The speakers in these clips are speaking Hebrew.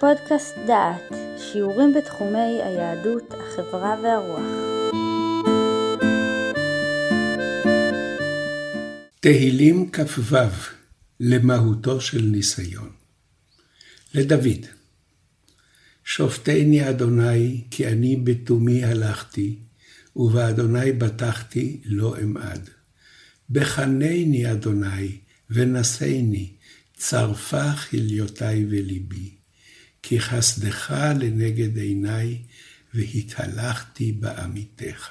פודקאסט דעת, שיעורים בתחומי היהדות, החברה והרוח. תהילים כ"ו, למהותו של ניסיון. לדוד, שופטני אדוני, כי אני בתומי הלכתי, ובאדוני בטחתי לא אמעד. בחנני אדוני, ונשאני, צרפה חיליותי וליבי. כי חסדך לנגד עיניי, והתהלכתי בעמיתך.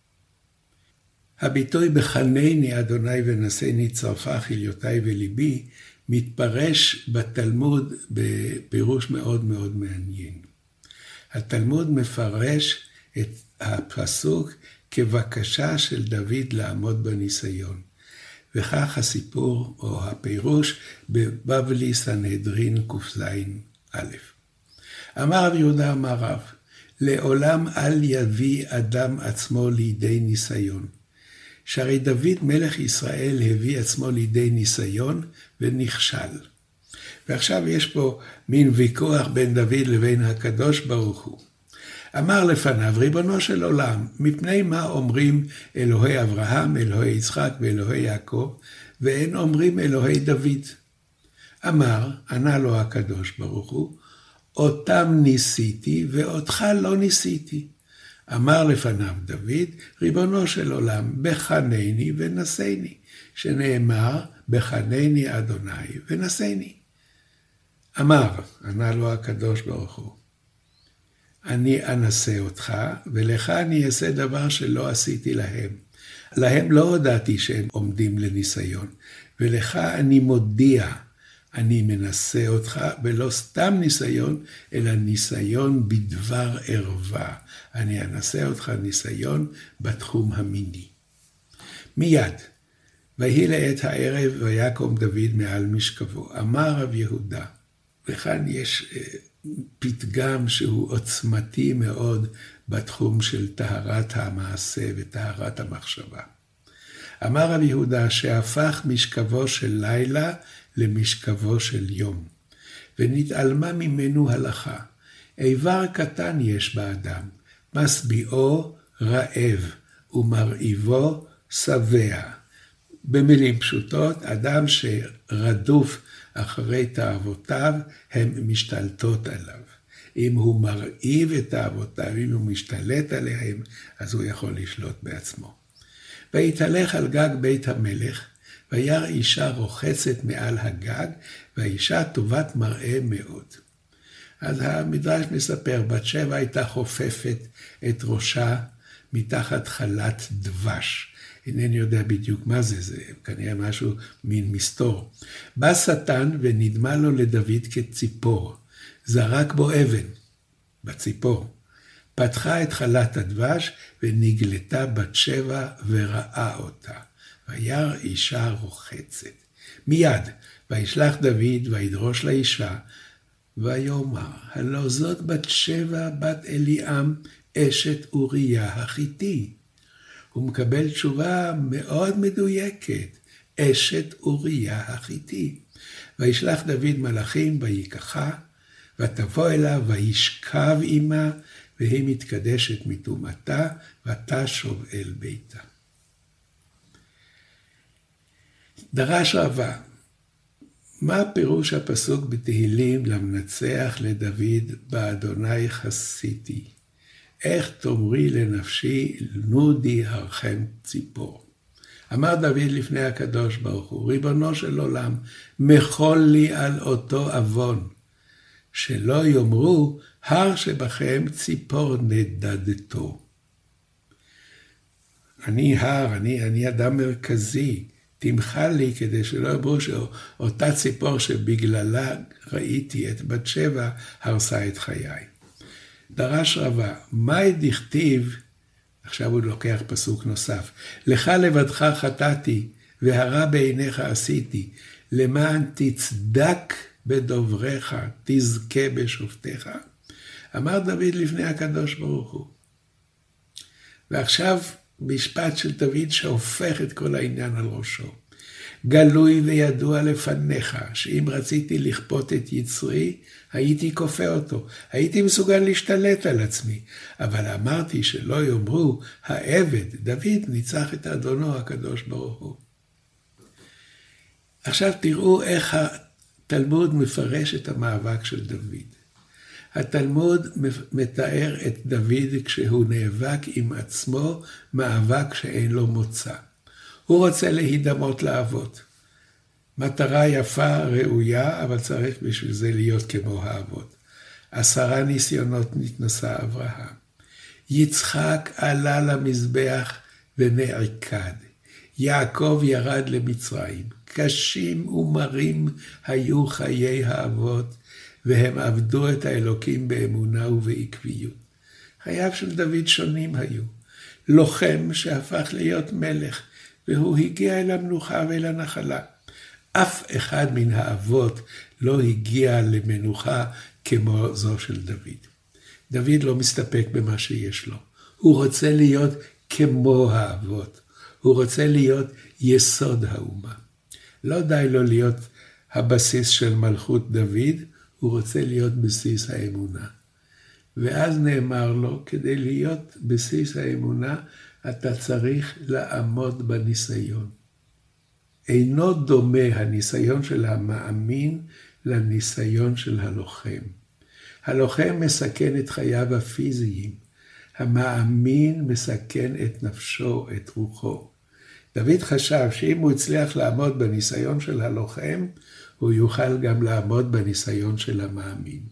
הביטוי בחנני אדוני ונשאני צרפה חיליותי וליבי, מתפרש בתלמוד בפירוש מאוד מאוד מעניין. התלמוד מפרש את הפסוק כבקשה של דוד לעמוד בניסיון. וכך הסיפור או הפירוש בבבלי סנהדרין קז א'. אמר רב יהודה אמר רב, לעולם אל יביא אדם עצמו לידי ניסיון. שהרי דוד מלך ישראל הביא עצמו לידי ניסיון ונכשל. ועכשיו יש פה מין ויכוח בין דוד לבין הקדוש ברוך הוא. אמר לפניו, ריבונו של עולם, מפני מה אומרים אלוהי אברהם, אלוהי יצחק ואלוהי יעקב, ואין אומרים אלוהי דוד? אמר, ענה לו הקדוש ברוך הוא, אותם ניסיתי ואותך לא ניסיתי. אמר לפניו דוד, ריבונו של עולם, בחנני ונשאני, שנאמר, בחנני אדוני ונשאני. אמר, ענה לו הקדוש ברוך הוא, אני אנסה אותך, ולך אני אעשה דבר שלא עשיתי להם. להם לא הודעתי שהם עומדים לניסיון, ולך אני מודיע, אני מנסה אותך, ולא סתם ניסיון, אלא ניסיון בדבר ערווה. אני אנסה אותך ניסיון בתחום המיני. מיד, ויהי לעת הערב, ויקום דוד מעל משכבו. אמר רב יהודה, וכאן יש פתגם שהוא עוצמתי מאוד בתחום של טהרת המעשה וטהרת המחשבה. אמר רב יהודה שהפך משכבו של לילה למשכבו של יום, ונתעלמה ממנו הלכה. איבר קטן יש באדם, משביעו רעב ומרעיבו שבע. במילים פשוטות, אדם שרדוף אחרי תאוותיו, הן משתלטות עליו. אם הוא מרעיב את תאוותיו, אם הוא משתלט עליהם, אז הוא יכול לשלוט בעצמו. ויתהלך על גג בית המלך, וירא אישה רוחצת מעל הגג, והאישה טובת מראה מאוד. אז המדרש מספר, בת שבע הייתה חופפת את ראשה מתחת חלת דבש. אינני יודע בדיוק מה זה, זה כנראה משהו מין מסתור. בא שטן ונדמה לו לדוד כציפור, זרק בו אבן בציפור. פתחה את חלת הדבש ונגלתה בת שבע וראה אותה. וירא אישה רוחצת. מיד, וישלח דוד וידרוש לאישה, ויאמר, הלא זאת בת שבע בת אליעם, אשת אוריה החיתי. הוא מקבל תשובה מאוד מדויקת, אשת אוריה החיתי. וישלח דוד מלאכים ויקחה, ותבוא אליו וישכב עמה, והיא מתקדשת מטומאתה, ותשוב אל ביתה. דרש רבה, מה פירוש הפסוק בתהילים למנצח לדוד, באדוני חסיתי? איך תאמרי לנפשי, נודי הרחם ציפור. אמר דוד לפני הקדוש ברוך הוא, ריבונו של עולם, מחול לי על אותו אבון, שלא יאמרו, הר שבכם ציפור נדדתו. אני הר, אני אדם מרכזי, תמחה לי כדי שלא יאמרו שאותה ציפור שבגללה ראיתי את בת שבע, הרסה את חיי. דרש רבה, מה דכתיב, עכשיו הוא לוקח פסוק נוסף, לך לבדך חטאתי, והרע בעיניך עשיתי, למען תצדק בדובריך, תזכה בשופטיך. אמר דוד לפני הקדוש ברוך הוא. ועכשיו משפט של דוד שהופך את כל העניין על ראשו. גלוי וידוע לפניך, שאם רציתי לכפות את יצרי, הייתי כופה אותו. הייתי מסוגל להשתלט על עצמי, אבל אמרתי שלא יאמרו, העבד, דוד ניצח את אדונו הקדוש ברוך הוא. עכשיו תראו איך התלמוד מפרש את המאבק של דוד. התלמוד מתאר את דוד כשהוא נאבק עם עצמו, מאבק שאין לו מוצא. הוא רוצה להידמות לאבות. מטרה יפה, ראויה, אבל צריך בשביל זה להיות כמו האבות. 10 ניסיונות נתנסה אברהם. יצחק עלה למזבח ונעקד. יעקב ירד למצרים. קשים ומרים היו חיי האבות, והם עבדו את האלוקים באמונה ובעקביות. חייו של דוד שונים היו. לוחם שהפך להיות מלך, והוא הגיע אל המנוחה ואל הנחלה. אף אחד מן האבות לא הגיע למנוחה כמו זו של דוד. דוד לא מסתפק במה שיש לו. הוא רוצה להיות כמו האבות. הוא רוצה להיות יסוד האומה. לא די לו להיות הבסיס של מלכות דוד, הוא רוצה להיות בסיס האמונה. ואז נאמר לו, כדי להיות בסיס האמונה, אתה צריך לעמוד בניסיון. אינו דומה הניסיון של המאמין לניסיון של הלוחם. הלוחם מסכן את חייו הפיזיים. המאמין מסכן את נפשו, את רוחו. דוד חשב שאם הוא הצליח לעמוד בניסיון של הלוחם, הוא יוכל גם לעמוד בניסיון של המאמין.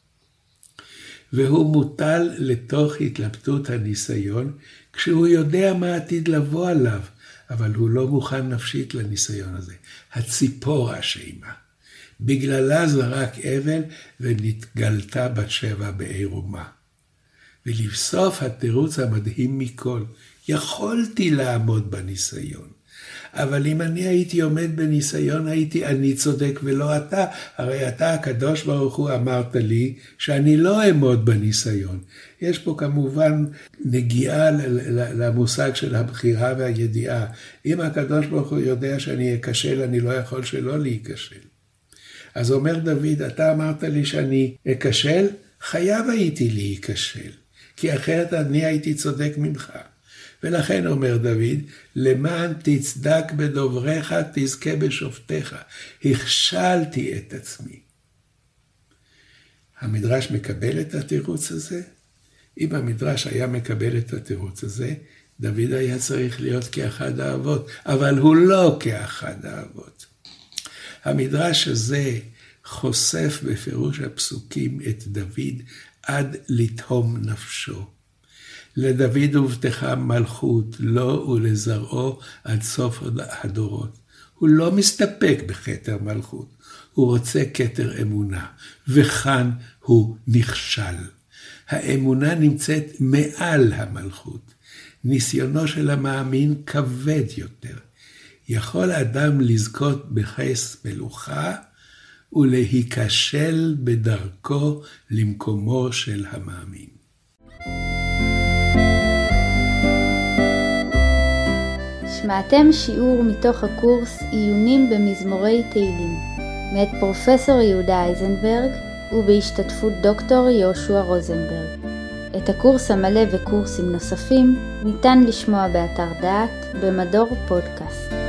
והוא מוטל לתוך התלבטות הניסיון, כשהוא יודע מה עתיד לבוא עליו, אבל הוא לא מוכן נפשית לניסיון הזה. הציפור אשמה. בגללה זרק אבן ונתגלתה בת שבע בעירומה. ולבסוף התירוץ המדהים מכל, יכולתי לעמוד בניסיון. אבל אם אני הייתי עומד בניסיון, הייתי אני צודק ולא אתה. הרי אתה הקדוש ברוך הוא אמרת לי שאני לא אעמוד בניסיון. יש פה כמובן נגיעה למושג של הבחירה והידיעה. אם הקדוש ברוך הוא יודע שאני אכשל, אני לא יכול שלא להיכשל. אז אומר דוד, אתה אמרת לי שאני אכשל, חייב הייתי להיכשל. כי אחרת אני הייתי צודק ממך. ולכן אומר דוד, למען תצדק בדובריך, תזכה בשופטיך. הכשלתי את עצמי. המדרש מקבל את התירוץ הזה? אם המדרש היה מקבל את התירוץ הזה, דוד היה צריך להיות כאחד האבות, אבל הוא לא כאחד האבות. המדרש הזה חושף בפירוש הפסוקים את דוד עד לתהום נפשו. לדוד הובטחה מלכות, לו ולזרעו עד סוף הדורות. הוא לא מסתפק בכתר מלכות, הוא רוצה כתר אמונה, וכאן הוא נכשל. האמונה נמצאת מעל המלכות. ניסיונו של המאמין כבד יותר. יכול אדם לזכות בחס מלוכה, ולהיכשל בדרכו למקומו של המאמין. שמעתם שיעור מתוך הקורס עיונים במזמורי תהילים, מאת פרופסור יהודה אייזנברג ובהשתתפות דוקטור יהושע רוזנברג. את הקורס המלא וקורסים נוספים ניתן לשמוע באתר דעת במדור פודקאסט.